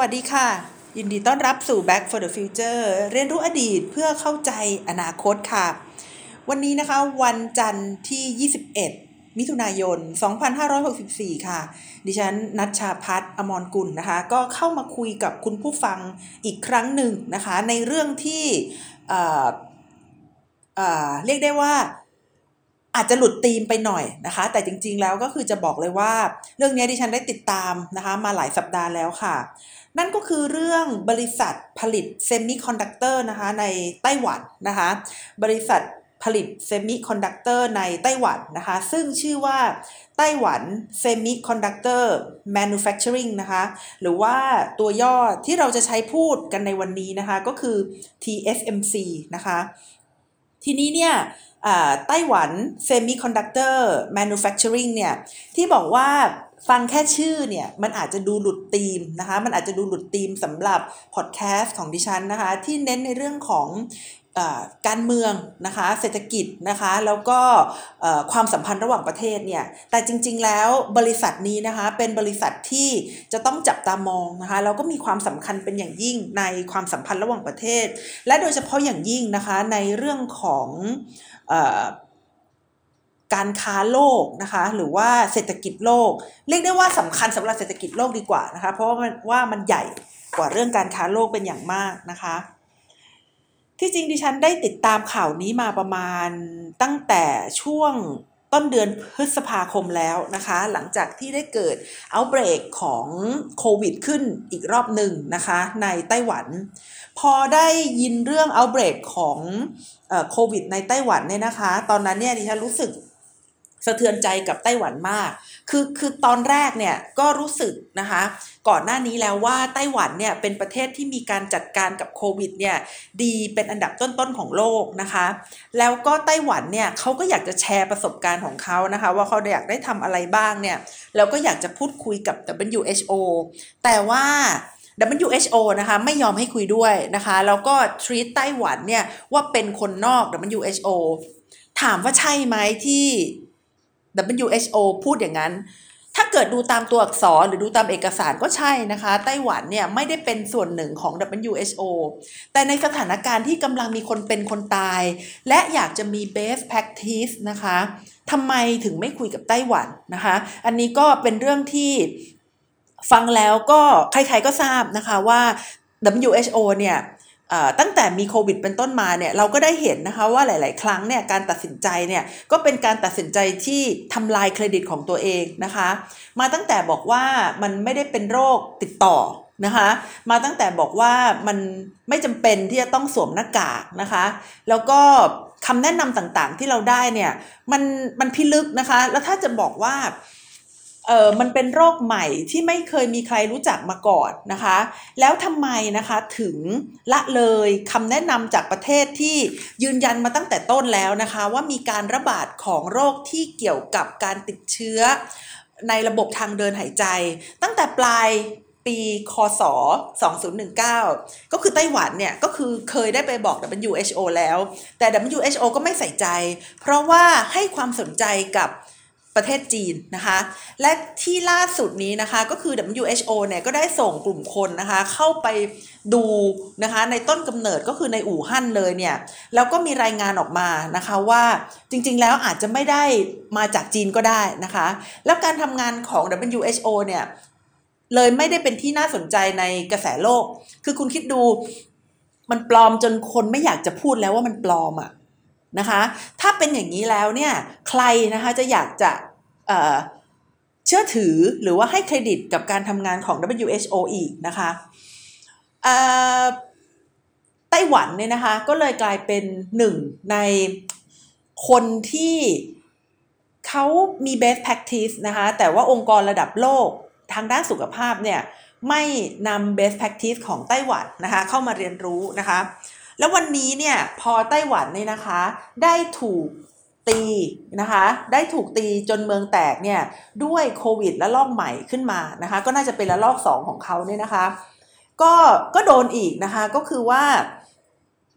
วัสดีค่ะยินดีต้อนรับสู่ Back for the Future เรียนรู้อดีตเพื่อเข้าใจอนาคตค่ะวันนี้นะคะวันจันทร์ที่ 21 มิถุนายน 2564 ค่ะดิฉันณัชชาภัทร อมรกุลนะคะก็เข้ามาคุยกับคุณผู้ฟังอีกครั้งหนึ่งนะคะในเรื่องที่เเรียกได้ว่าอาจจะหลุดธีมไปหน่อยนะคะแต่จริงๆแล้วก็คือจะบอกเลยว่าเรื่องนี้ดิฉันได้ติดตามนะคะมาหลายสัปดาห์แล้วค่ะนั่นก็คือเรื่องบริษัทผลิตเซมิคอนดักเตอร์นะคะในไต้หวันนะคะบริษัทผลิตเซมิคอนดักเตอร์ในไต้หวันนะคะซึ่งชื่อว่าไต้หวันเซมิคอนดักเตอร์แมนูแฟคเจอริงนะคะหรือว่าตัวย่อที่เราจะใช้พูดกันในวันนี้นะคะก็คือ TSMC นะคะทีนี้เนี่ยไต้หวัน Semiconductor Manufacturing เนี่ยที่บอกว่าฟังแค่ชื่อเนี่ยมันอาจจะดูหลุดธีมนะคะมันอาจจะดูหลุดธีมสำหรับพอดแคสต์ของดิฉันนะคะที่เน้นในเรื่องของการเมืองนะคะเศรษฐกิจนะคะแล้วก็ความสัมพันธ์ระหว่างประเทศเนี่ยแต่จริงๆแล้วบริษัทนี้นะคะเป็นบริษัทที่จะต้องจับตามองนะคะแล้วก็มีความสำคัญเป็นอย่างยิ่งในความสัมพันธ์ระหว่างประเทศและโดยเฉพาะอย่างยิ่งนะคะในเรื่องของการค้าโลกนะคะหรือว่าเศรษฐกิจโลกเรียกได้ว่าสำคัญสำหรับเศรษฐกิจโลกดีกว่านะคะเพราะว่ามันใหญ่กว่าเรื่องการค้าโลกเป็นอย่างมากนะคะที่จริงดิฉันได้ติดตามข่าวนี้มาประมาณตั้งแต่ช่วงต้นเดือนพฤษภาคมแล้วนะคะหลังจากที่ได้เกิด outbreak ของโควิดขึ้นอีกรอบหนึ่งนะคะในไต้หวันพอได้ยินเรื่อง outbreak ของโควิดในไต้หวันเนี่ยนะคะตอนนั้นเนี่ยดิฉันรู้สึกสะเทือนใจกับไต้หวันมากคือตอนแรกเนี่ยก็รู้สึกนะคะก่อนหน้านี้แล้วว่าไต้หวันเนี่ยเป็นประเทศที่มีการจัดการกับโควิดเนี่ยดีเป็นอันดับต้นๆของโลกนะคะแล้วก็ไต้หวันเนี่ยเขาก็อยากจะแชร์ประสบการณ์ของเขานะคะว่าเขาอยากได้ทำอะไรบ้างเนี่ยแล้วก็อยากจะพูดคุยกับ WHO แต่ว่า WHO นะคะไม่ยอมให้คุยด้วยนะคะแล้วก็ treat ไต้หวันเนี่ยว่าเป็นคนนอก WHO ถามว่าใช่ไหมที่ WHO พูดอย่างนั้นถ้าเกิดดูตามตัวอักษรหรือดูตามเอกสารก็ใช่นะคะไต้หวันเนี่ยไม่ได้เป็นส่วนหนึ่งของ WHO แต่ในสถานการณ์ที่กำลังมีคนเป็นคนตายและอยากจะมี best practice นะคะทำไมถึงไม่คุยกับไต้หวันนะคะอันนี้ก็เป็นเรื่องที่ฟังแล้วก็ใครๆก็ทราบนะคะว่า WHO เนี่ยตั้งแต่มีโควิดเป็นต้นมาเนี่ยเราก็ได้เห็นนะคะว่าหลายๆครั้งเนี่ยการตัดสินใจเนี่ยก็เป็นการตัดสินใจที่ทำลายเครดิตของตัวเองนะคะมาตั้งแต่บอกว่ามันไม่ได้เป็นโรคติดต่อนะคะมาตั้งแต่บอกว่ามันไม่จำเป็นที่จะต้องสวมหน้ากากนะคะแล้วก็คำแนะนำต่างๆที่เราได้เนี่ยมันพิลึกนะคะแล้วถ้าจะบอกว่ามันเป็นโรคใหม่ที่ไม่เคยมีใครรู้จักมาก่อนนะคะแล้วทำไมนะคะถึงละเลยคำแนะนำจากประเทศที่ยืนยันมาตั้งแต่ต้นแล้วนะคะว่ามีการระบาดของโรคที่เกี่ยวกับการติดเชื้อในระบบทางเดินหายใจตั้งแต่ปลายปีคศ2019ก็คือไต้หวันเนี่ยก็คือเคยได้ไปบอก WHO แล้วแต่ WHO ก็ไม่ใส่ใจเพราะว่าให้ความสนใจกับประเทศจีนนะคะและที่ล่าสุดนี้นะคะก็คือ WHO เนี่ยก็ได้ส่งกลุ่มคนนะคะเข้าไปดูนะคะในต้นกำเนิดก็คือในอู่ฮั่นเลยเนี่ยแล้วก็มีรายงานออกมานะคะว่าจริงๆแล้วอาจจะไม่ได้มาจากจีนก็ได้นะคะแล้วการทำงานของ WHO เนี่ยเลยไม่ได้เป็นที่น่าสนใจในกระแสโลกคือคุณคิดดูมันปลอมจนคนไม่อยากจะพูดแล้วว่ามันปลอมอ่ะนะคะถ้าเป็นอย่างนี้แล้วเนี่ยใครนะคะจะอยากจะเชื่อถือหรือว่าให้เครดิตกับการทำงานของ WHO อีกนะคะไต้หวันเนี่ยนะคะก็เลยกลายเป็นหนึ่งในคนที่เขามี best practice นะคะแต่ว่าองค์กรระดับโลกทางด้านสุขภาพเนี่ยไม่นำ best practice ของไต้หวันนะคะเข้ามาเรียนรู้นะคะแล้ววันนี้เนี่ยพอไต้หวันเนี่ยนะคะได้ถูกตีนะคะได้ถูกตีจนเมืองแตกเนี่ยด้วยโควิดและลอกใหม่ขึ้นมานะคะก็น่าจะเป็นระลอก2ของเขาเนี่ยนะคะก็โดนอีกนะคะก็คือว่า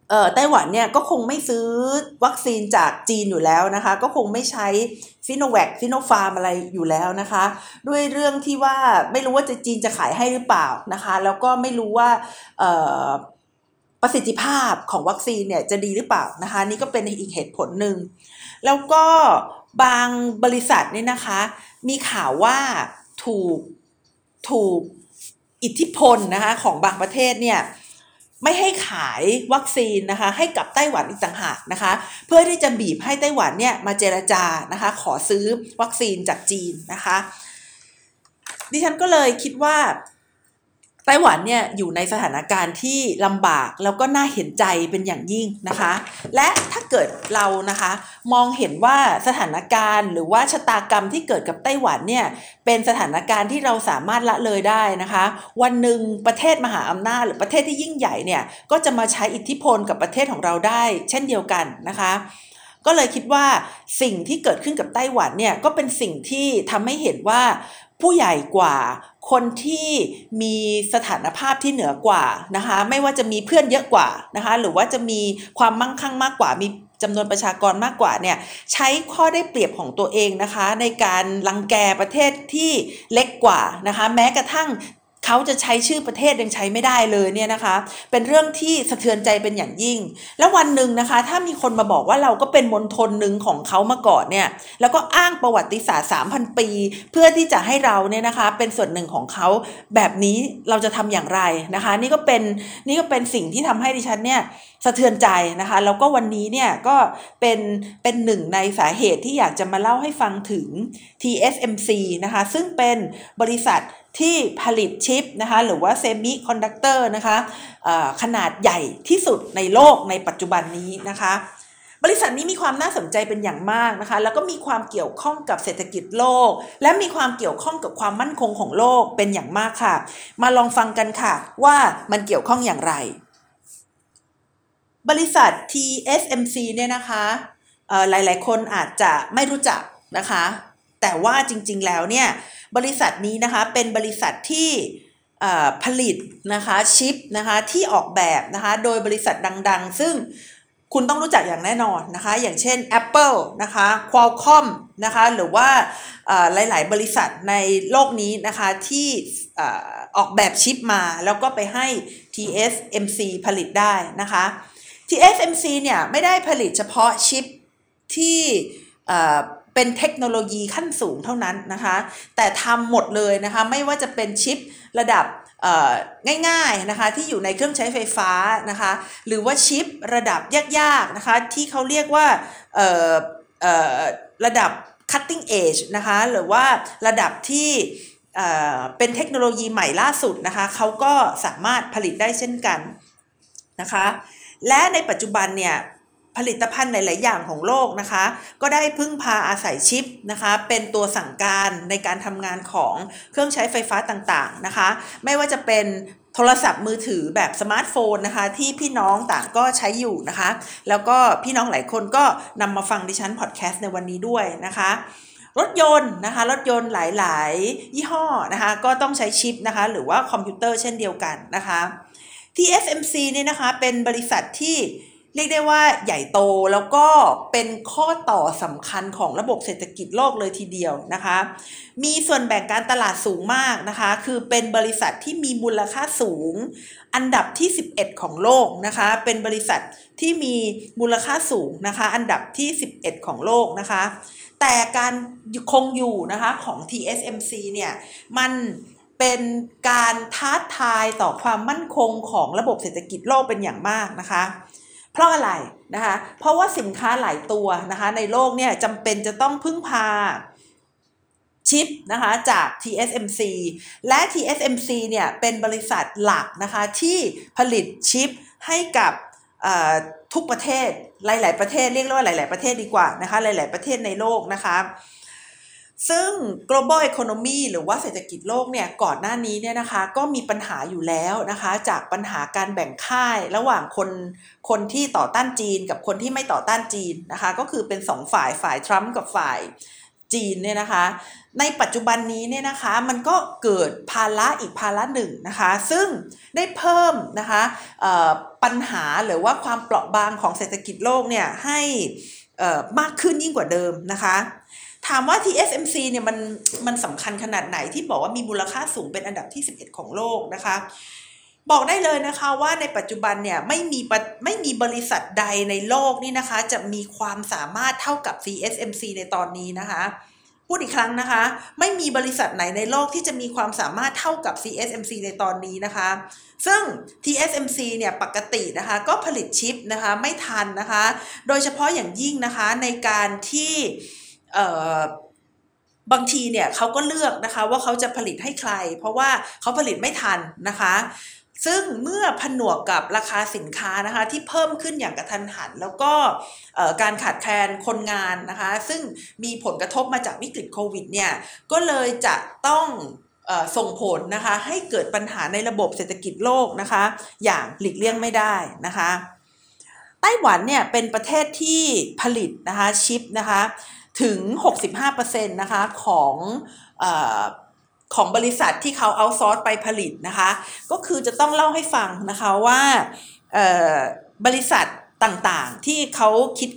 ไต้หวันเนี่ยก็คงไม่ซื้อวัคซีนจากจีนอยู่แล้วนะคะก็คงไม่ใช้ซิโนแวคซิโนฟาร์มอะไรอยู่แล้วนะคะด้วยเรื่องที่ว่าไม่รู้ว่าจีนจะขายให้หรือเปล่านะคะแล้วก็ไม่รู้ว่าประสิทธิภาพของวัคซีนเนี่ยจะดีหรือเปล่านะคะนี่ก็เป็นอีกเหตุผลหนึ่งแล้วก็บางบริษัทนี่นะคะมีข่าวว่าถูกอิทธิพลนะคะของบางประเทศเนี่ยไม่ให้ขายวัคซีนนะคะให้กับไต้หวันอีกต่างหากนะคะเพื่อที่จะบีบให้ไต้หวันเนี่ยมาเจรจานะคะขอซื้อวัคซีนจากจีนนะคะดิฉันก็เลยคิดว่าไต้หวันเนี่ยอยู่ในสถานการณ์ที่ลำบากแล้วก็น่าเห็นใจเป็นอย่างยิ่งนะคะและถ้าเกิดเรานะคะมองเห็นว่าสถานการณ์หรือว่าชะตากรรมที่เกิดกับไต้หวันเนี่ยเป็นสถานการณ์ที่เราสามารถละเลยได้นะคะวันหนึ่งประเทศมหาอำนาจหรือประเทศที่ยิ่งใหญ่เนี่ยก็จะมาใช้อิทธิพลกับประเทศของเราได้เช่นเดียวกันนะคะก็เลยคิดว่าสิ่งที่เกิดขึ้นกับไต้หวันเนี่ยก็เป็นสิ่งที่ทำให้เห็นว่าผู้ใหญ่กว่าคนที่มีสถานภาพที่เหนือกว่านะคะไม่ว่าจะมีเพื่อนเยอะกว่านะคะหรือว่าจะมีความมั่งคั่งมากกว่ามีจำนวนประชากรมากกว่าเนี่ยใช้ข้อได้เปรียบของตัวเองนะคะในการรังแกประเทศที่เล็กกว่านะคะแม้กระทั่งเขาจะใช้ชื่อประเทศยังใช้ไม่ได้เลยเนี่ยนะคะเป็นเรื่องที่สะเทือนใจเป็นอย่างยิ่งแล้ววันหนึ่งนะคะถ้ามีคนมาบอกว่าเราก็เป็นมณฑลหนึ่งของเขามาก่อนเนี่ยแล้วก็อ้างประวัติศาสตร์ 3,000 ปีเพื่อที่จะให้เราเนี่ยนะคะเป็นส่วนหนึ่งของเขาแบบนี้เราจะทำอย่างไรนะคะนี่ก็เป็นสิ่งที่ทำให้ดิฉันเนี่ยสะเทือนใจนะคะแล้วก็วันนี้เนี่ยก็เป็นหนึ่งในสาเหตุที่อยากจะมาเล่าให้ฟังถึง TSMC นะคะซึ่งเป็นบริษัทที่ผลิตชิปนะคะหรือว่าเซมิคอนดักเตอร์นะคะขนาดใหญ่ที่สุดในโลกในปัจจุบันนี้นะคะบริษัทนี้มีความน่าสนใจเป็นอย่างมากนะคะแล้วก็มีความเกี่ยวข้องกับเศรษฐกิจโลกและมีความเกี่ยวข้องกับความมั่นคงของโลกเป็นอย่างมากค่ะมาลองฟังกันค่ะว่ามันเกี่ยวข้องอย่างไรบริษัท TSMC เนี่ยนะคะหลายๆคนอาจจะไม่รู้จักนะคะแต่ว่าจริงๆแล้วเนี่ยบริษัทนี้นะคะเป็นบริษัทที่ผลิตนะคะชิปนะคะที่ออกแบบนะคะโดยบริษัทดังๆซึ่งคุณต้องรู้จักอย่างแน่นอนนะคะอย่างเช่น Apple นะคะ Qualcomm นะคะหรือว่าหลายๆบริษัทในโลกนี้นะคะที่ออกแบบชิปมาแล้วก็ไปให้ TSMC ผลิตได้นะคะ TSMC เนี่ยไม่ได้ผลิตเฉพาะชิปที่เป็นเทคโนโลยีขั้นสูงเท่านั้นนะคะแต่ทำหมดเลยนะคะไม่ว่าจะเป็นชิประดับง่ายๆนะคะที่อยู่ในเครื่องใช้ไฟฟ้านะคะหรือว่าชิประดับยากๆนะคะที่เขาเรียกว่าระดับ cutting edge นะคะหรือว่าระดับที่เป็นเทคโนโลยีใหม่ล่าสุดนะคะเขาก็สามารถผลิตได้เช่นกันนะคะและในปัจจุบันเนี่ยผลิตภัณฑ์หลายๆอย่างของโลกนะคะก็ได้พึ่งพาอาศัยชิปนะคะเป็นตัวสั่งการในการทำงานของเครื่องใช้ไฟฟ้าต่างๆนะคะไม่ว่าจะเป็นโทรศัพท์มือถือแบบสมาร์ทโฟนนะคะที่พี่น้องต่างก็ใช้อยู่นะคะแล้วก็พี่น้องหลายคนก็นำมาฟังดิฉันพอดแคสต์ในวันนี้ด้วยนะคะรถยนต์นะคะรถยนต์หลายๆยี่ห้อนะคะก็ต้องใช้ชิปนะคะหรือว่าคอมพิวเตอร์เช่นเดียวกันนะคะ TSMC เนี่ยนะคะเป็นบริษัทที่เรียกได้ว่าใหญ่โตแล้วก็เป็นข้อต่อสำคัญของระบบเศรษฐกิจโลกเลยทีเดียวนะคะมีส่วนแบ่งการตลาดสูงมากนะคะคือเป็นบริษัทที่มีมูลค่าสูงอันดับที่11ของโลกนะคะเป็นบริษัทที่มีมูลค่าสูงนะคะอันดับที่11ของโลกนะคะแต่การคงอยู่นะคะของ TSMC เนี่ยมันเป็นการท้าทายต่อความมั่นคงของระบบเศรษฐกิจโลกเป็นอย่างมากนะคะเพราะอะไรนะคะเพราะว่าสินค้าหลายตัวนะคะในโลกเนี่ยจำเป็นจะต้องพึ่งพาชิปนะคะจาก TSMC และ TSMC เนี่ยเป็นบริษัทหลักนะคะที่ผลิตชิปให้กับทุกประเทศหลายๆประเทศเรียกว่าหลายๆประเทศดีกว่านะคะหลายๆประเทศในโลกนะคะซึ่ง global economy หรือว่าเศรษฐกิจโลกเนี่ยก่อนหน้านี้เนี่ยนะคะก็มีปัญหาอยู่แล้วนะคะจากปัญหาการแบ่งค่ายระหว่างคนที่ต่อต้านจีนกับคนที่ไม่ต่อต้านจีนนะคะก็คือเป็น2ฝ่ายทรัมป์กับฝ่ายจีนเนี่ยนะคะในปัจจุบันนี้เนี่ยนะคะมันก็เกิดภาระอีกภาระหนึ่งนะคะซึ่งได้เพิ่มนะคะปัญหาหรือว่าความเปราะบางของเศรษฐกิจโลกเนี่ยให้มากขึ้นยิ่งกว่าเดิมนะคะถามว่า TSMC เนี่ยมันสำคัญขนาดไหนที่บอกว่ามีมูลค่าสูงเป็นอันดับที่11ของโลกนะคะบอกได้เลยนะคะว่าในปัจจุบันเนี่ยไม่มีบริษัทใดในโลกนี่นะคะจะมีความสามารถเท่ากับ TSMC ในตอนนี้นะคะพูดอีกครั้งนะคะไม่มีบริษัทไหนในโลกที่จะมีความสามารถเท่ากับ TSMC ในตอนนี้นะคะซึ่ง TSMC เนี่ยปกตินะคะก็ผลิตชิปนะคะไม่ทันนะคะโดยเฉพาะอย่างยิ่งนะคะในการที่บางทีเนี่ยเขาก็เลือกนะคะว่าเขาจะผลิตให้ใครเพราะว่าเขาผลิตไม่ทันนะคะซึ่งเมื่อผนวกกับราคาสินค้านะคะที่เพิ่มขึ้นอย่างกระทันหันแล้วก็การขาดแคลนคนงานนะคะซึ่งมีผลกระทบมาจากวิกฤตโควิดเนี่ยก็เลยจะต้องส่งผลนะคะให้เกิดปัญหาในระบบเศรษฐกิจโลกนะคะอย่างหลีกเลี่ยงไม่ได้นะคะไต้หวันเนี่ยเป็นประเทศที่ผลิตนะคะชิปนะคะถึง 65% นะคะของบริษัทที่เขาเอาซอร์สไปผลิตนะคะก็คือจะต้องเล่าให้ฟังนะคะว่าบริษัทต่างๆที่เขาคิด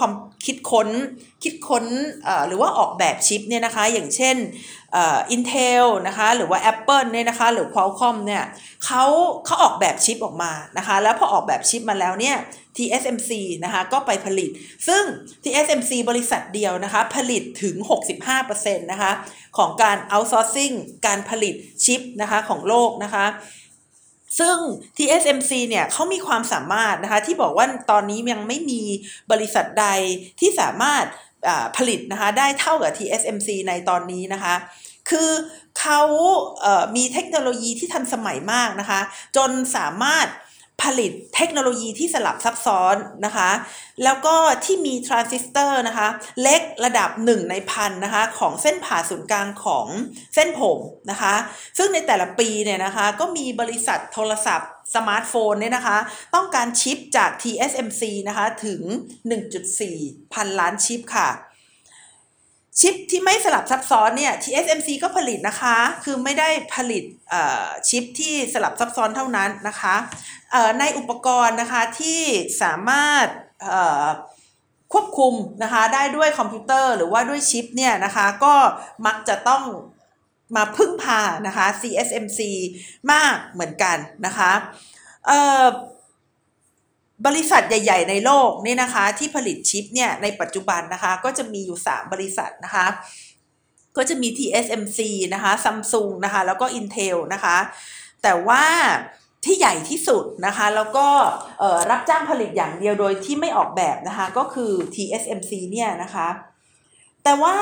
ค้นหรือว่าออกแบบชิปเนี่ยนะคะอย่างเช่นIntel นะคะหรือว่า Apple เนี่ยนะคะหรือ Qualcomm เนี่ยเขาออกแบบชิปออกมานะคะแล้วพอออกแบบชิปมาแล้วเนี่ย TSMC นะคะก็ไปผลิตซึ่ง TSMC บริษัทเดียวนะคะผลิตถึง 65% นะคะของการ outsourcing การผลิตชิปนะคะของโลกนะคะซึ่ง TSMC เนี่ยเขามีความสามารถนะคะที่บอกว่าตอนนี้ยังไม่มีบริษัทใดที่สามารถผลิตนะคะได้เท่ากับ TSMC ในตอนนี้นะคะคือเขามีเทคโนโลยีที่ทันสมัยมากนะคะจนสามารถผลิตเทคโนโลยีที่สลับซับซ้อนนะคะแล้วก็ที่มีทรานซิสเตอร์นะคะเล็กระดับ1 ใน 1,000นะคะของเส้นผ่าศูนย์กลางของเส้นผมนะคะซึ่งในแต่ละปีเนี่ยนะคะก็มีบริษัทโทรศัพท์สมาร์ทโฟนเนี่ยนะคะต้องการชิปจาก TSMC นะคะถึง 1.4 พันล้านชิปค่ะชิปที่ไม่สลับซับซ้อนเนี่ย TSMC ก็ผลิตนะคะคือไม่ได้ผลิตชิปที่สลับซับซ้อนเท่านั้นนะคะในอุปกรณ์นะคะที่สามารถควบคุมนะคะได้ด้วยคอมพิวเตอร์หรือว่าด้วยชิปเนี่ยนะคะก็มักจะต้องมาพึ่งพานะคะ TSMC มากเหมือนกันนะคะบริษัทใหญ่ๆในโลกนี่นะคะที่ผลิตชิปเนี่ยในปัจจุบันนะคะก็จะมีอยู่3บริษัทนะคะก็จะมี TSMC นะคะ Samsung นะคะแล้วก็ Intel นะคะแต่ว่าที่ใหญ่ที่สุดนะคะแล้วก็รับจ้างผลิตอย่างเดียวโดยที่ไม่ออกแบบนะคะก็คือ TSMC เนี่ยนะคะแต่ว่า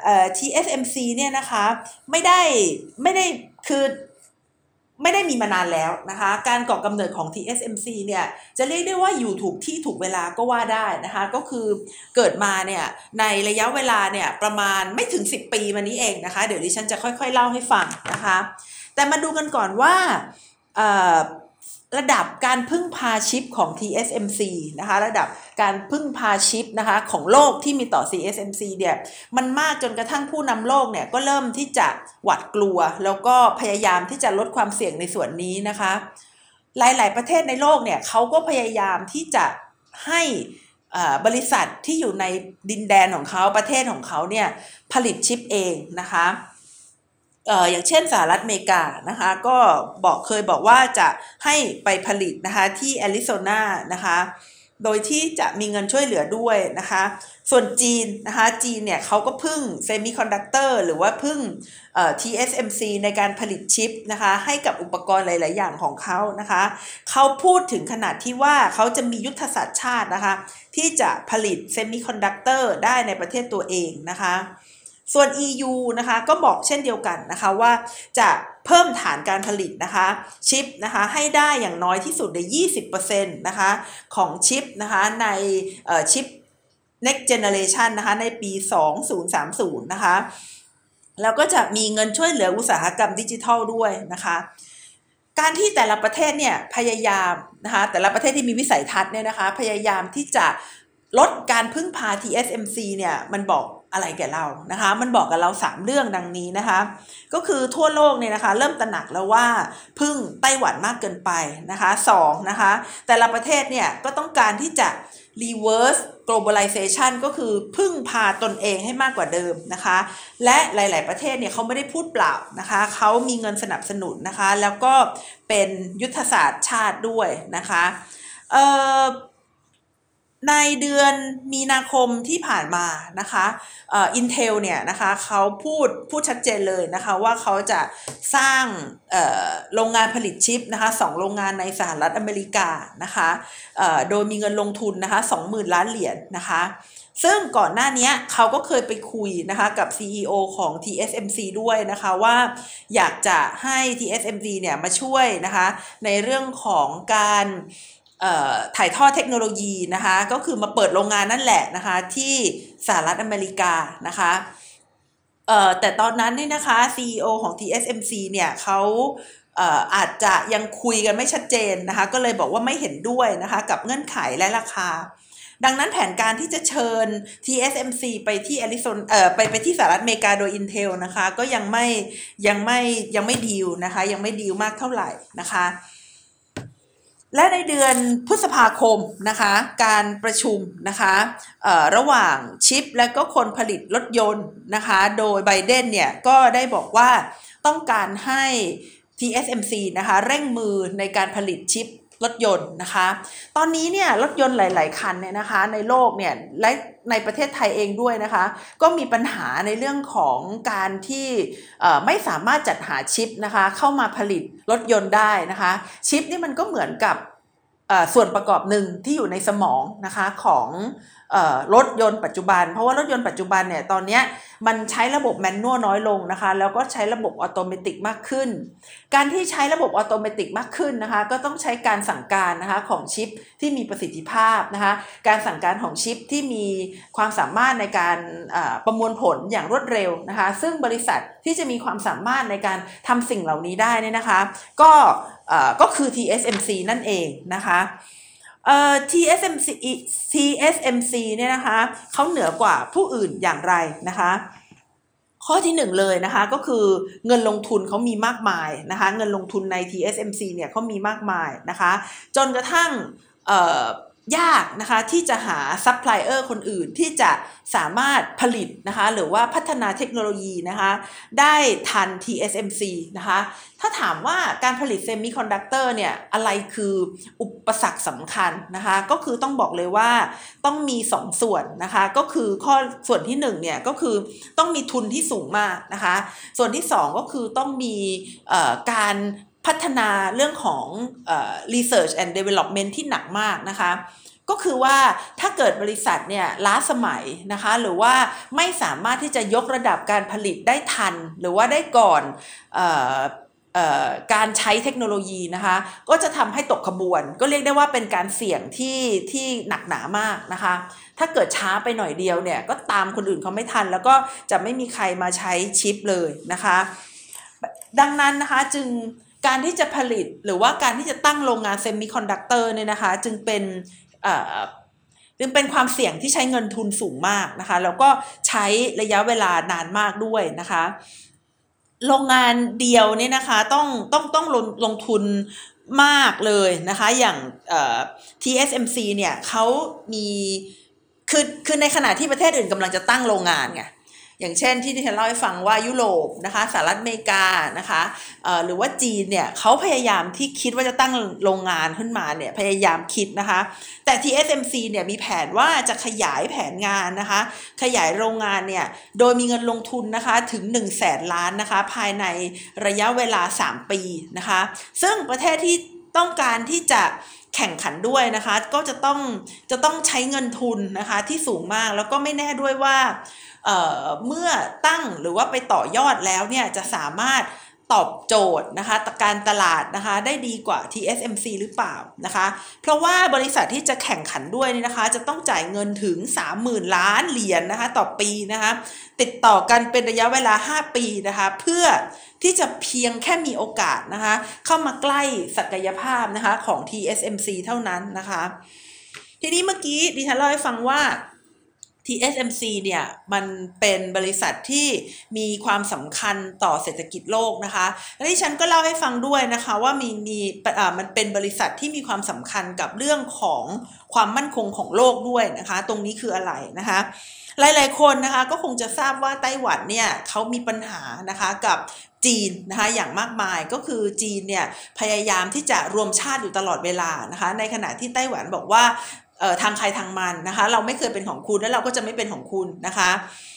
TSMC เนี่ยนะคะไม่ได้คือไม่ได้มีมานานแล้วนะคะการก่อกำเนิดของ TSMC เนี่ยจะเรียกได้ว่าอยู่ถูกที่ถูกเวลาก็ว่าได้นะคะก็คือเกิดมาเนี่ยในระยะเวลาเนี่ยประมาณไม่ถึง10 ปีมานี้เองนะคะเดี๋ยวดิฉันจะค่อยๆเล่าให้ฟังนะคะแต่มาดูกันก่อนว่าระดับการพึ่งพาชิปของ TSMC นะคะระดับการพึ่งพาชิปนะคะของโลกที่มีต่อ TSMC เนี่ยมันมากจนกระทั่งผู้นำโลกเนี่ยก็เริ่มที่จะหวาดกลัวแล้วก็พยายามที่จะลดความเสี่ยงในส่วนนี้นะคะหลายๆประเทศในโลกเนี่ยเขาก็พยายามที่จะให้บริษัทที่อยู่ในดินแดนของเขาประเทศของเขาเนี่ยผลิตชิปเองนะคะอย่างเช่นสหรัฐอเมริกานะคะก็เคยบอกว่าจะให้ไปผลิตนะคะที่แอริโซนานะคะโดยที่จะมีเงินช่วยเหลือด้วยนะคะส่วนจีนนะคะจีนเนี่ยเขาก็พึ่งเซมิคอนดักเตอร์หรือว่าพึ่งTSMC ในการผลิตชิปนะคะให้กับอุปกรณ์หลายๆอย่างของเขานะคะเขาพูดถึงขนาดที่ว่าเขาจะมียุทธศาสตร์ชาตินะคะที่จะผลิตเซมิคอนดักเตอร์ได้ในประเทศตัวเองนะคะส่วน EU นะคะก็บอกเช่นเดียวกันนะคะว่าจะเพิ่มฐานการผลิตนะคะชิปนะคะให้ได้อย่างน้อยที่สุดใน 20% นะคะของชิปนะคะในชิป next generation นะคะในปี 2030 นะคะแล้วก็จะมีเงินช่วยเหลืออุตสาหกรรมดิจิทัลด้วยนะคะการที่แต่ละประเทศเนี่ยพยายามนะคะแต่ละประเทศที่มีวิสัยทัศน์เนี่ยนะคะพยายามที่จะลดการพึ่งพา TSMC เนี่ยมันบอกอะไรแก่เรานะคะมันบอกกับเรา3เรื่องดังนี้นะคะก็คือทั่วโลกเนี่ยนะคะเริ่มตระหนักแล้วว่าพึ่งไต้หวันมากเกินไปนะคะ2นะคะแต่ละประเทศเนี่ยก็ต้องการที่จะ reverse globalization ก็คือพึ่งพาตนเองให้มากกว่าเดิมนะคะและหลายๆประเทศเนี่ยเขาไม่ได้พูดเปล่านะคะเขามีเงินสนับสนุนนะคะแล้วก็เป็นยุทธศาสตร์ชาติด้วยนะคะในเดือนมีนาคมที่ผ่านมานะคะIntel เนี่ยนะคะเขาพูดชัดเจนเลยนะคะว่าเขาจะสร้างโรงงานผลิตชิปนะคะ2โรงงานในสหรัฐอเมริกานะคะโดยมีเงินลงทุนนะคะ 20,000 ล้านเหรียญนะคะซึ่งก่อนหน้านี้เขาก็เคยไปคุยนะคะกับ CEO ของ TSMC ด้วยนะคะว่าอยากจะให้ TSMC เนี่ยมาช่วยนะคะในเรื่องของการถ่ายทอดเทคโนโลยีนะคะก็คือมาเปิดโรงงานนั่นแหละนะคะที่สหรัฐอเมริกานะคะแต่ตอนนั้นนี่นะคะ CEO ของ TSMC เนี่ยเขาอาจจะยังคุยกันไม่ชัดเจนนะคะก็เลยบอกว่าไม่เห็นด้วยนะคะกับเงื่อนไขและราคาดังนั้นแผนการที่จะเชิญ TSMC ไปที่แอริโซนาไปที่สหรัฐอเมริกาโดย Intel นะคะก็ยังไม่ดีลนะคะยังไม่ดีลมากเท่าไหร่นะคะและในเดือนพฤษภาคมนะคะการประชุมนะคะระหว่างชิปและก็คนผลิตรถยนต์นะคะโดยไบเดนเนี่ยก็ได้บอกว่าต้องการให้ TSMC นะคะเร่งมือในการผลิตชิปรถยนต์นะคะตอนนี้เนี่ยรถยนต์หลายๆคันเนี่ยนะคะในโลกเนี่ยและในประเทศไทยเองด้วยนะคะก็มีปัญหาในเรื่องของการที่ไม่สามารถจัดหาชิปนะคะเข้ามาผลิตรถยนต์ได้นะคะชิปนี่มันก็เหมือนกับส่วนประกอบหนึ่งที่อยู่ในสมองนะคะของรถยนต์ปัจจุบันเพราะว่ารถยนต์ปัจจุบันเนี่ยตอนนี้มันใช้ระบบแมนนวลน้อยลงนะคะแล้วก็ใช้ระบบออโตเมติกมากขึ้นการที่ใช้ระบบออโตเมติกมากขึ้นนะคะก็ต้องใช้การสั่งการนะคะของชิปที่มีประสิทธิภาพนะคะการสั่งการของชิปที่มีความสามารถในการประมวลผลอย่างรวดเร็วนะคะซึ่งบริษัทที่จะมีความสามารถในการทำสิ่งเหล่านี้ได้เนี่ยนะคะก็คือ TSMC นั่นเองนะคะ TSMC เนี่ยนะคะเขาเหนือกว่าผู้อื่นอย่างไรนะคะข้อที่1เลยนะคะก็คือเงินลงทุนเขามีมากมายนะคะเงินลงทุนใน TSMC เนี่ยเขามีมากมายนะคะจนกระทั่งยากนะคะที่จะหาซัพพลายเออร์คนอื่นที่จะสามารถผลิตนะคะหรือว่าพัฒนาเทคโนโลยีนะคะได้ทัน TSMC นะคะถ้าถามว่าการผลิตเซมิคอนดักเตอร์เนี่ยอะไรคืออุปสรรคสำคัญนะคะก็คือต้องบอกเลยว่าต้องมี2ส่วนนะคะก็คือส่วนที่1เนี่ยก็คือต้องมีทุนที่สูงมากนะคะส่วนที่2ก็คือต้องมีการพัฒนาเรื่องของresearch and development ที่หนักมากนะคะก็คือว่าถ้าเกิดบริษัทเนี่ยล้าสมัยนะคะหรือว่าไม่สามารถที่จะยกระดับการผลิตได้ทันหรือว่าได้ก่อนการใช้เทคโนโลยีนะคะก็จะทำให้ตกขบวนก็เรียกได้ว่าเป็นการเสี่ยงที่หนักหนามากนะคะถ้าเกิดช้าไปหน่อยเดียวเนี่ยก็ตามคนอื่นเขาไม่ทันแล้วก็จะไม่มีใครมาใช้ชิปเลยนะคะดังนั้นนะคะจึงการที่จะผลิตหรือว่าการที่จะตั้งโรงงานเซมิคอนดักเตอร์เนี่ยนะคะจึงเป็นความเสี่ยงที่ใช้เงินทุนสูงมากนะคะแล้วก็ใช้ระยะเวลานานมากด้วยนะคะโรงงานเดียวเนี่ยนะคะต้องลงทุนมากเลยนะคะอย่างTSMC เนี่ยเขามีคือในขณะที่ประเทศอื่นกำลังจะตั้งโรงงานไงอย่างเช่นที่ดิฉันเล่าให้ฟังว่ายุโรปนะคะสหรัฐอเมริกานะคะหรือว่าจีนเนี่ยเขาพยายามที่คิดว่าจะตั้งโรงงานขึ้นมาเนี่ยพยายามคิดนะคะแต่ TSMC เนี่ยมีแผนว่าจะขยายแผนงานนะคะขยายโรงงานเนี่ยโดยมีเงินลงทุนนะคะถึง100,000 ล้านนะคะภายในระยะเวลา3 ปีนะคะซึ่งประเทศที่ต้องการที่จะแข่งขันด้วยนะคะก็จะต้องใช้เงินทุนนะคะที่สูงมากแล้วก็ไม่แน่ด้วยว่าเมื่อตั้งหรือว่าไปต่อยอดแล้วเนี่ยจะสามารถตอบโจทย์นะคะการตลาดนะคะได้ดีกว่า TSMC หรือเปล่านะคะเพราะว่าบริษัทที่จะแข่งขันด้วยนี่นะคะจะต้องจ่ายเงินถึง 30,000 ล้านเหรียญนะคะต่อปีนะคะติดต่อกันเป็นระยะเวลา5 ปีนะคะเพื่อที่จะเพียงแค่มีโอกาสนะคะเข้ามาใกล้ศักยภาพนะคะของ TSMC เท่านั้นนะคะทีนี้เมื่อกี้ดิฉันเล่าให้ฟังว่า TSMC เนี่ยมันเป็นบริษัทที่มีความสำคัญต่อเศรษฐกิจโลกนะคะและที่ฉันก็เล่าให้ฟังด้วยนะคะว่ามันเป็นบริษัทที่มีความสำคัญกับเรื่องของความมั่นคงของโลกด้วยนะคะตรงนี้คืออะไรนะคะหลายๆคนนะคะก็คงจะทราบว่าไต้หวันเนี่ยเขามีปัญหานะคะกับจีนนะคะอย่างมากมายก็คือจีนเนี่ยพยายามที่จะรวมชาติอยู่ตลอดเวลานะคะในขณะที่ไต้หวันบอกว่าทางใครทางมันนะคะเราไม่เคยเป็นของคุณและเราก็จะไม่เป็นของคุณนะคะ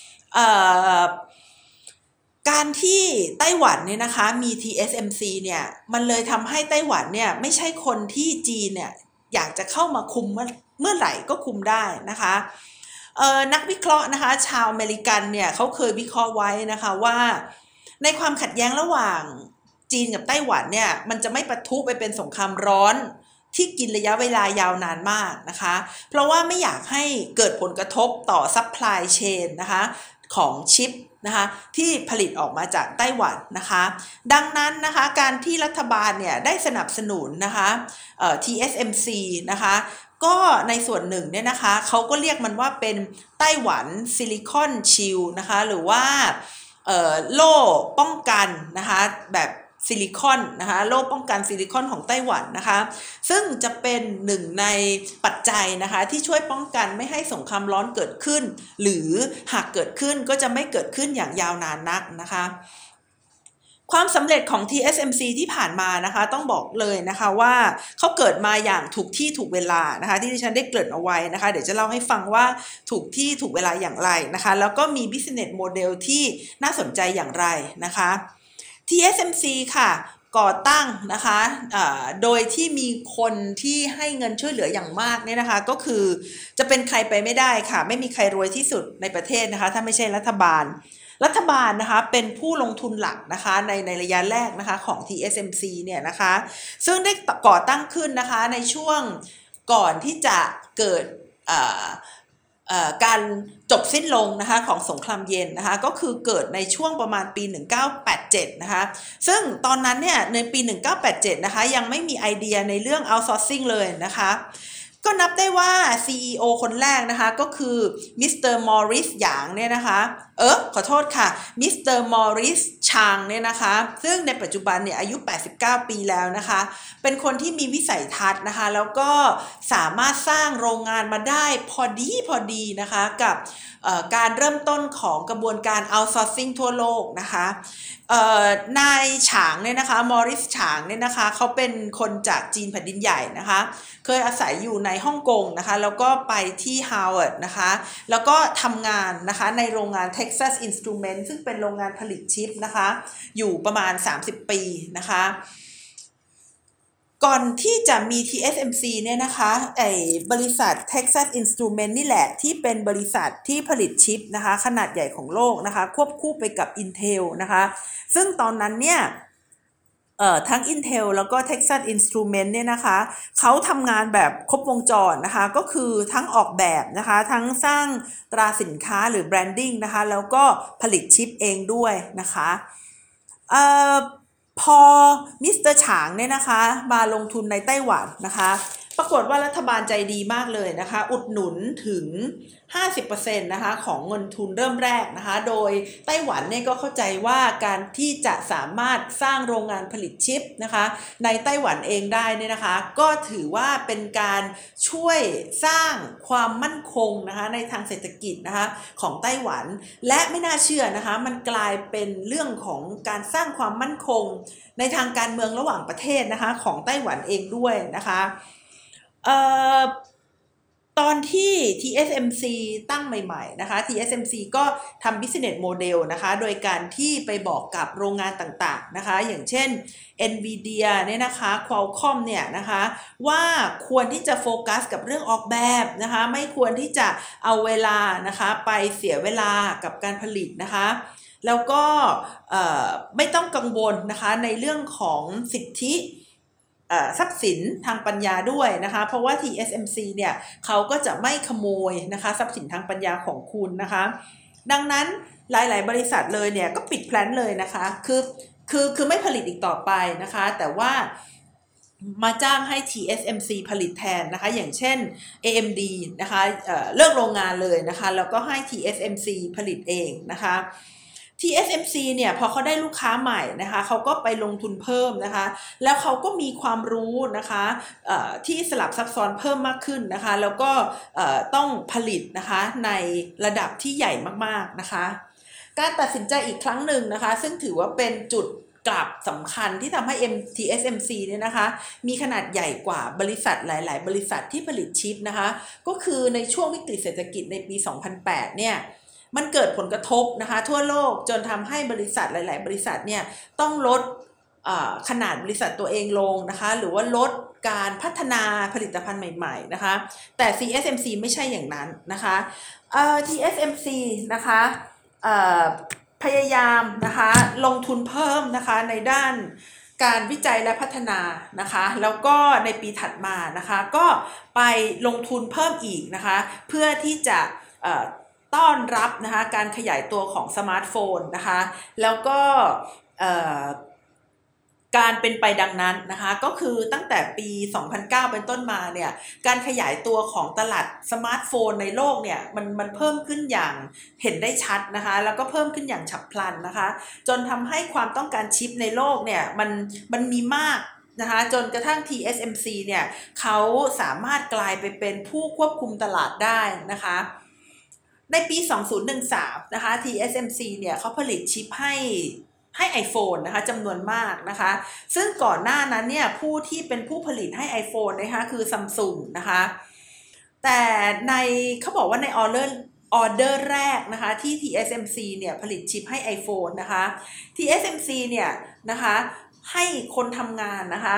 การที่ไต้หวันเนี่ยนะคะมี TSMC เนี่ยมันเลยทำให้ไต้หวันเนี่ยไม่ใช่คนที่จีนเนี่ยอยากจะเข้ามาคุมเมื่อไหร่ก็คุมได้นะคะนักวิเคราะห์นะคะชาวอเมริกันเนี่ยเขาเคยวิเคราะห์ไว้นะคะว่าในความขัดแย้งระหว่างจีนกับไต้หวันเนี่ยมันจะไม่ปะทุไปเป็นสงครามร้อนที่กินระยะเวลายาวนานมากนะคะเพราะว่าไม่อยากให้เกิดผลกระทบต่อซัพพลายเชนนะคะของชิปนะคะที่ผลิตออกมาจากไต้หวันนะคะดังนั้นนะคะการที่รัฐบาลเนี่ยได้สนับสนุนนะคะTSMC นะคะก็ในส่วนหนึ่งเนี่ยนะคะเขาก็เรียกมันว่าเป็นไต้หวันซิลิคอนชิลนะคะหรือว่าโล่ป้องกันนะคะแบบซิลิคอนนะคะโล่ป้องกันซิลิคอนของไต้หวันนะคะซึ่งจะเป็นหนึ่งในปัจจัยนะคะที่ช่วยป้องกันไม่ให้สงครามร้อนเกิดขึ้นหรือหากเกิดขึ้นก็จะไม่เกิดขึ้นอย่างยาวนานนักนะคะความสำเร็จของ TSMC ที่ผ่านมานะคะต้องบอกเลยนะคะว่าเขาเกิดมาอย่างถูกที่ถูกเวลานะคะที่ดิฉันได้เกริ่นเอาไว้นะคะเดี๋ยวจะเล่าให้ฟังว่าถูกที่ถูกเวลาอย่างไรนะคะแล้วก็มี business model ที่น่าสนใจอย่างไรนะคะ TSMC ค่ะก่อตั้งนะคะโดยที่มีคนที่ให้เงินช่วยเหลืออย่างมากเนี่ยนะคะก็คือจะเป็นใครไปไม่ได้ค่ะไม่มีใครรวยที่สุดในประเทศนะคะถ้าไม่ใช่รัฐบาลนะคะเป็นผู้ลงทุนหลักนะคะในระยะแรกนะคะของ TSMC เนี่ยนะคะซึ่งได้ก่อตั้งขึ้นนะคะในช่วงก่อนที่จะเกิดการจบสิ้นลงนะคะของสงครามเย็นนะคะก็คือเกิดในช่วงประมาณปี1987นะคะซึ่งตอนนั้นเนี่ยในปี1987นะคะยังไม่มีไอเดียในเรื่อง outsourcing เลยนะคะก็นับได้ว่า CEO คนแรกนะคะก็คือมิสเตอร์มอริสหยางเนี่ยนะคะขอโทษค่ะมิสเตอร์มอริสชางเนี่ยนะคะซึ่งในปัจจุบันเนี่ยอายุ89ปีแล้วนะคะเป็นคนที่มีวิสัยทัศน์นะคะแล้วก็สามารถสร้างโรงงานมาได้พอดีนะคะกับการเริ่มต้นของกระบวนการ outsourcing ทั่วโลกนะคะนายฉางเนี่ยนะคะมอริสฉางเนี่ยนะคะเขาเป็นคนจากจีนแผ่นดินใหญ่นะคะเคยอาศัยอยู่ในฮ่องกงนะคะแล้วก็ไปที่ฮาร์วาร์ดนะคะแล้วก็ทำงานนะคะในโรงงาน Texas Instruments ซึ่งเป็นโรงงานผลิตชิปนะคะอยู่ประมาณ30ปีนะคะก่อนที่จะมี TSMC เนี่ยนะคะบริษัท Texas Instruments นี่แหละที่เป็นบริษัทที่ผลิตชิปนะคะขนาดใหญ่ของโลกนะคะควบคู่ไปกับ Intel นะคะซึ่งตอนนั้นเนี่ยทั้ง Intel แล้วก็ Texas Instruments เนี่ยนะคะเขาทำงานแบบครบวงจรนะคะก็คือทั้งออกแบบนะคะทั้งสร้างตราสินค้าหรือ branding นะคะแล้วก็ผลิตชิปเองด้วยนะคะพอมิสเตอร์ฉางเนี่ยนะคะมาลงทุนในไต้หวันนะคะปรากฏว่ารัฐบาลใจดีมากเลยนะคะอุดหนุนถึง 50% นะคะของเงินทุนเริ่มแรกนะคะโดยไต้หวันเนี่ยก็เข้าใจว่าการที่จะสามารถสร้างโรงงานผลิตชิปนะคะในไต้หวันเองได้เนี่ยนะคะก็ถือว่าเป็นการช่วยสร้างความมั่นคงนะคะในทางเศรษฐกิจนะคะของไต้หวันและไม่น่าเชื่อนะคะมันกลายเป็นเรื่องของการสร้างความมั่นคงในทางการเมืองระหว่างประเทศนะคะของไต้หวันเองด้วยนะคะตอนที่ TSMC ตั้งใหม่ๆนะคะ TSMC ก็ทำ business model นะคะโดยการที่ไปบอกกับโรงงานต่างๆนะคะอย่างเช่น NVIDIA เนี่ยนะคะ Qualcomm เนี่ยนะคะว่าควรที่จะโฟกัสกับเรื่องออกแบบนะคะไม่ควรที่จะเอาเวลานะคะไปเสียเวลากับการผลิตนะคะแล้วก็ไม่ต้องกังวลนะคะในเรื่องของสิทธิทรัพย์สินทางปัญญาด้วยนะคะเพราะว่า TSMC เนี่ยเขาก็จะไม่ขโมยนะคะทรัพย์สินทางปัญญาของคุณนะคะดังนั้นหลายๆบริษัทเลยเนี่ยก็ปิดแพลนเลยนะคะคือไม่ผลิตอีกต่อไปนะคะแต่ว่ามาจ้างให้ TSMC ผลิตแทนนะคะอย่างเช่น AMD นะคะเลิกโรงงานเลยนะคะแล้วก็ให้ TSMC ผลิตเองนะคะ TSMC เนี่ยพอเขาได้ลูกค้าใหม่นะคะเขาก็ไปลงทุนเพิ่มนะคะแล้วเขาก็มีความรู้นะคะที่สลับซับซ้อนเพิ่มมากขึ้นนะคะแล้วก็ต้องผลิตนะคะในระดับที่ใหญ่มากๆนะคะการตัดสินใจอีกครั้งหนึ่งนะคะซึ่งถือว่าเป็นจุดกลับสำคัญที่ทำให้ TSMC เนี่ยนะคะมีขนาดใหญ่กว่าบริษัทหลายๆบริษัทที่ผลิตชิปนะคะก็คือในช่วงวิกฤตเศรษฐกิจในปี 2008 เนี่ยมันเกิดผลกระทบนะคะทั่วโลกจนทำให้บริษัทหลายๆบริษัทเนี่ยต้องลดขนาดบริษัทตัวเองลงนะคะหรือว่าลดการพัฒนาผลิตภัณฑ์ใหม่ๆนะคะแต่ TSMC ไม่ใช่อย่างนั้นนะคะ TSMC นะคะพยายามนะคะลงทุนเพิ่มนะคะในด้านการวิจัยและพัฒนานะคะแล้วก็ในปีถัดมานะคะก็ไปลงทุนเพิ่มอีกนะคะเพื่อที่จะต้อนรับนะคะการขยายตัวของสมาร์ทโฟนนะคะแล้วก็การเป็นไปดังนั้นนะคะก็คือตั้งแต่ปี 2009 เป็นต้นมาเนี่ยการขยายตัวของตลาดสมาร์ทโฟนในโลกเนี่ยมันเพิ่มขึ้นอย่างเห็นได้ชัดนะคะแล้วก็เพิ่มขึ้นอย่างฉับพลันนะคะจนทำให้ความต้องการชิปในโลกเนี่ยมันมีมากนะคะจนกระทั่ง TSMC เนี่ยเขาสามารถกลายไปเป็นผู้ควบคุมตลาดได้นะคะในปี 2013 นะคะ TSMC เนี่ยเขาผลิตชิปให้ iPhone นะคะจำนวนมากนะคะซึ่งก่อนหน้านั้นเนี่ยผู้ที่เป็นผู้ผลิตให้ iPhone นะคะคือ Samsung นะคะแต่ในเขาบอกว่าในออเดอร์แรกนะคะที่ TSMC เนี่ยผลิตชิปให้ iPhone นะคะ TSMC เนี่ยนะคะให้คนทำงานนะคะ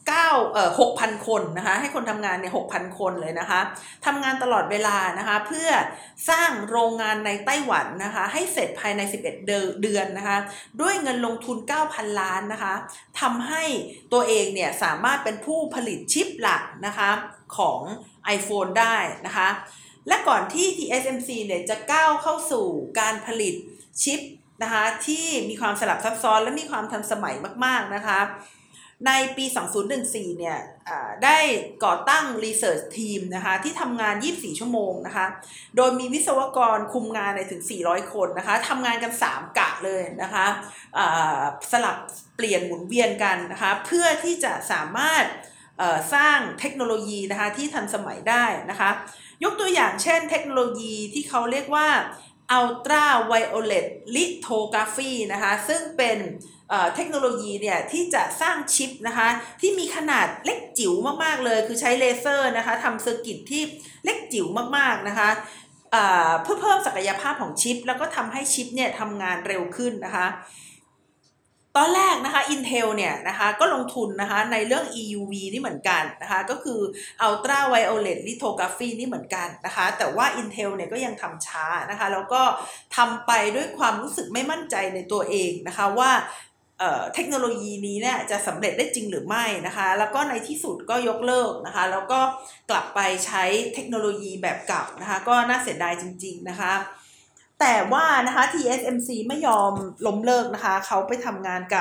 6,000 คนนะคะให้คนทำงานเนี่ย 6,000 คนเลยนะคะทำงานตลอดเวลานะคะเพื่อสร้างโรงงานในไต้หวันนะคะให้เสร็จภายใน11เดือนนะคะด้วยเงินลงทุน 9,000 ล้านนะคะทำให้ตัวเองเนี่ยสามารถเป็นผู้ผลิตชิปหลักนะคะของ iPhone ได้นะคะและก่อนที่ TSMC เนี่ยจะก้าวเข้าสู่การผลิตชิปนะคะที่มีความสลับซับซ้อนและมีความทันสมัยมากๆนะคะในปี 2014 เนี่ยได้ก่อตั้ง Research Team นะคะที่ทำงาน 24 ชั่วโมงนะคะโดยมีวิศวกรคุมงานถึง 400 คนนะคะทำงานกัน 3 กะเลยนะคะสลับเปลี่ยนหมุนเวียนกันนะคะเพื่อที่จะสามารถสร้างเทคโนโลยีนะคะที่ทันสมัยได้นะคะยกตัวอย่างเช่นเทคโนโลยีที่เขาเรียกว่า Ultra Violet Lithography นะคะซึ่งเป็นเทคโนโลยีเนี่ยที่จะสร้างชิปนะคะที่มีขนาดเล็กจิ๋วมากๆเลยคือใช้เลเซอร์นะคะทำเซอร์กิตที่เล็กจิ๋วมากๆนะคะเพื่อเพิ่มศักยภาพของชิปแล้วก็ทำให้ชิปเนี่ยทำงานเร็วขึ้นนะคะตอนแรกนะคะ Intel เนี่ยนะคะก็ลงทุนนะคะในเรื่อง EUV นี่เหมือนกันนะคะก็คือ Ultra Violet Lithography นี่เหมือนกันนะคะแต่ว่า Intel เนี่ยก็ยังทำช้านะคะแล้วก็ทำไปด้วยความรู้สึกไม่มั่นใจในตัวเองนะคะว่าเทคโนโลยีนี้เนี่ยจะสำเร็จได้จริงหรือไม่นะคะแล้วก็ในที่สุดก็ยกเลิกนะคะแล้วก็กลับไปใช้เทคโนโลยีแบบเก่านะคะก็น่าเสียดายจริงๆนะคะแต่ว่านะคะ TSMC ไม่ยอมล้มเลิกนะคะเขาไปทำงานกับ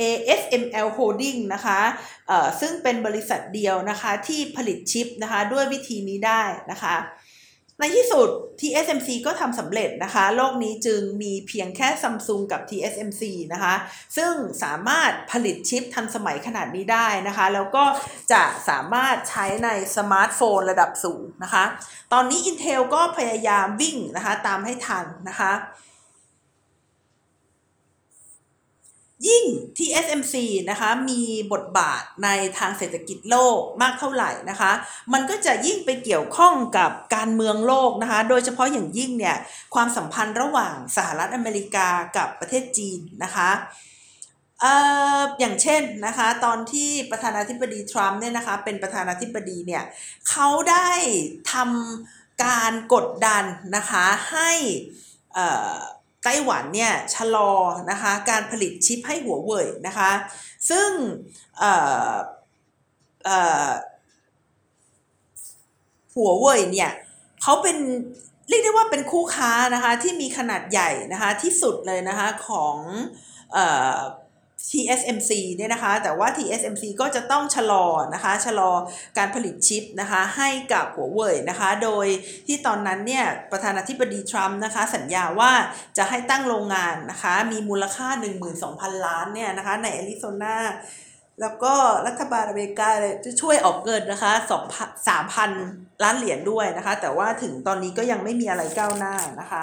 ASML Holding นะคะซึ่งเป็นบริษัทเดียวนะคะที่ผลิตชิปนะคะด้วยวิธีนี้ได้นะคะในที่สุด TSMC ก็ทำสำเร็จนะคะโลกนี้จึงมีเพียงแค่ Samsung กับ TSMC นะคะซึ่งสามารถผลิตชิปทันสมัยขนาดนี้ได้นะคะแล้วก็จะสามารถใช้ในสมาร์ทโฟนระดับสูงนะคะตอนนี้ Intel ก็พยายามวิ่งนะคะตามให้ทันนะคะยิ่ง TSMC นะคะมีบทบาทในทางเศรษฐกิจโลกมากเท่าไหร่นะคะมันก็จะยิ่งไปเกี่ยวข้องกับการเมืองโลกนะคะโดยเฉพาะอย่างยิ่งเนี่ยความสัมพันธ์ระหว่างสหรัฐอเมริกากับประเทศจีนนะคะอย่างเช่นนะคะตอนที่ประธานาธิบดีทรัมป์เนี่ยนะคะเป็นประธานาธิบดีเนี่ยเขาได้ทำการกดดันนะคะให้ไต้หวันเนี่ยชะลอนะคะการผลิตชิปให้หัวเว่ยนะคะซึ่งหัวเว่ยเนี่ยเขาเป็นเรียกได้ว่าเป็นคู่ค้านะคะที่มีขนาดใหญ่นะคะที่สุดเลยนะคะของ TSMC เนี่ยนะคะแต่ว่า TSMC ก็จะต้องชะลอนะคะชะลอการผลิตชิปนะคะให้กับหัวเว่ยนะคะโดยที่ตอนนั้นเนี่ยประธานาธิบดีทรัมป์นะคะสัญญาว่าจะให้ตั้งโรงงานนะคะมีมูลค่า 12,000 ล้านเนี่ยนะคะในแอริโซนาแล้วก็รัฐบาลอเมริกาจะช่วยออกเงินนะคะ3,000 ล้านเหรียญด้วยนะคะแต่ว่าถึงตอนนี้ก็ยังไม่มีอะไรก้าวหน้านะคะ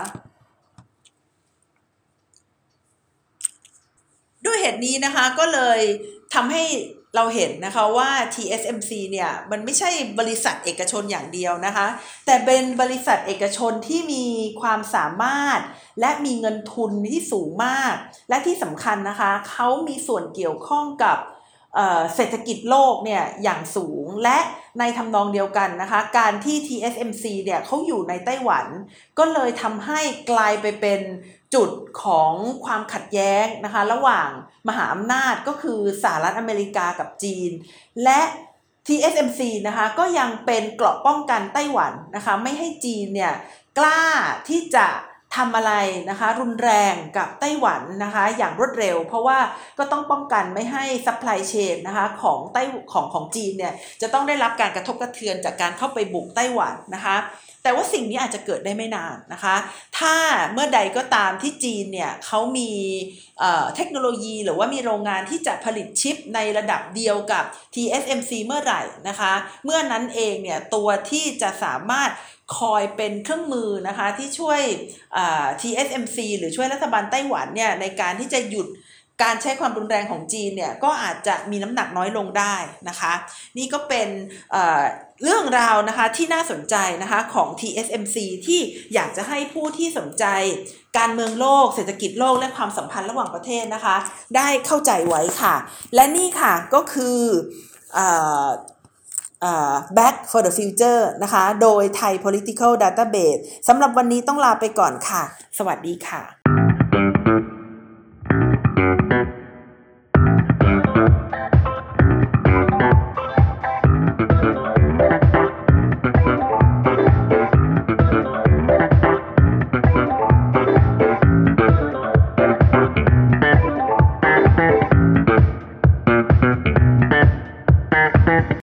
ด้วยเหตุนี้นะคะก็เลยทำให้เราเห็นนะคะว่า TSMC เนี่ยมันไม่ใช่บริษัทเอกชนอย่างเดียวนะคะแต่เป็นบริษัทเอกชนที่มีความสามารถและมีเงินทุนที่สูงมากและที่สำคัญนะคะเขามีส่วนเกี่ยวข้องกับเศรษฐกิจโลกเนี่ยอย่างสูงและในทำนองเดียวกันนะคะการที่ TSMC เนี่ยเขาอยู่ในไต้หวันก็เลยทำให้กลายไปเป็นจุดของความขัดแย้งนะคะระหว่างมหาอำนาจก็คือสหรัฐอเมริกากับจีนและ TSMC นะคะก็ยังเป็นเกราะป้องกันไต้หวันนะคะไม่ให้จีนเนี่ยกล้าที่จะทำอะไรนะคะรุนแรงกับไต้หวันนะคะอย่างรวดเร็วเพราะว่าก็ต้องป้องกันไม่ให้ซัพพลายเชนนะคะของจีนเนี่ยจะต้องได้รับการกระทบกระเทือนจากการเข้าไปบุกไต้หวันนะคะแต่ว่าสิ่งนี้อาจจะเกิดได้ไม่นานนะคะถ้าเมื่อใดก็ตามที่จีนเนี่ยเขามีเทคโนโลยีหรือว่ามีโรงงานที่จะผลิตชิปในระดับเดียวกับ TSMC เมื่อไหร่นะคะเมื่อนั้นเองเนี่ยตัวที่จะสามารถคอยเป็นเครื่องมือนะคะที่ช่วยTSMC หรือช่วยรัฐบาลไต้หวันเนี่ยในการที่จะหยุดการใช้ความรุนแรงของจีนเนี่ยก็อาจจะมีน้ำหนักน้อยลงได้นะคะนี่ก็เป็นเรื่องราวนะคะที่น่าสนใจนะคะของ TSMC ที่อยากจะให้ผู้ที่สนใจการเมืองโลกเศรษฐกิจโลกและความสัมพันธ์ระหว่างประเทศนะคะได้เข้าใจไว้ค่ะและนี่ค่ะก็คือBack for the Future นะคะโดย Thai Political Database สำหรับวันนี้ต้องลาไปก่อนค่ะสวัสดีค่ะ